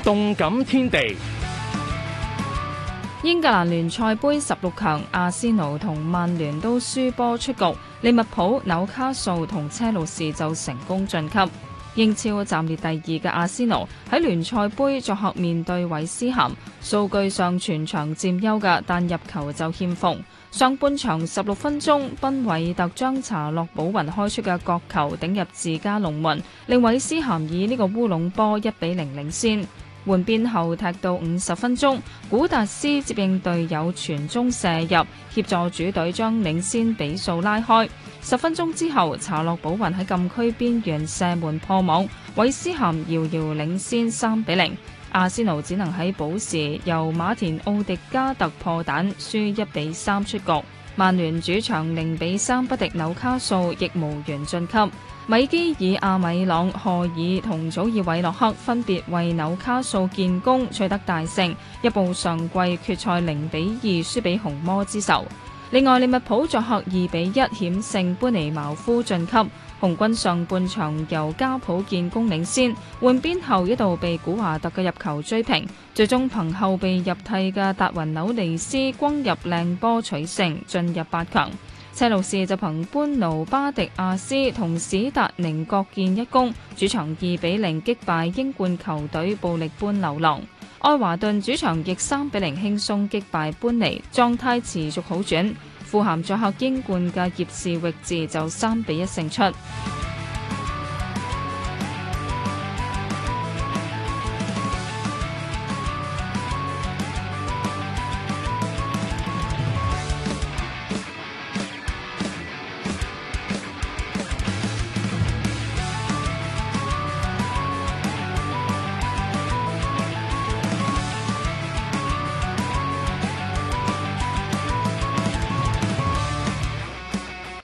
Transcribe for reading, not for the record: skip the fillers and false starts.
動感天地。 英格蘭聯賽杯16強，阿仙奴同曼聯都輸波出局，利物浦、紐卡素同車路士就成功晉級。英超暫列第2嘅阿仙奴喺聯賽杯作客面對韋斯咸，數據上全場佔優嘅，但入球就欠奉。上半場16分鐘，賓韋特將查洛保雲開出嘅角球頂入自家龍門，令韋斯咸以呢個烏龍波1-0領先。換邊後踢到50分鐘，古達斯接應隊友傳中射入，協助主隊將領先比數拉開。10分鐘之後，查洛保雲喺禁區邊緣射門破網，韋斯咸遙遙領先3-0。阿仙奴只能喺補時由馬田奧迪加特破蛋，輸1-3出局。曼聯主場0-3不敵紐卡素，亦無緣晉級。米基爾、阿米朗、賀爾同祖爾韋洛克分別為紐卡素建功，取得大勝，一步上季決賽0-2輸俾紅魔之仇。另外，利物浦作客2-1險勝般尼茅夫晉級。紅軍上半場由加普建功領先，換邊後一度被古華特嘅入球追平，最終憑後備入替嘅達雲紐尼斯轟入靚波取勝，進入8強。車路士就憑班奴巴迪亞斯同史達寧各建一功，主場2-0擊敗英冠球隊布力般流浪。愛華頓主場亦3-0輕鬆擊敗般尼，狀態持續好轉。富咸作客英冠嘅葉士域治就3-1勝出。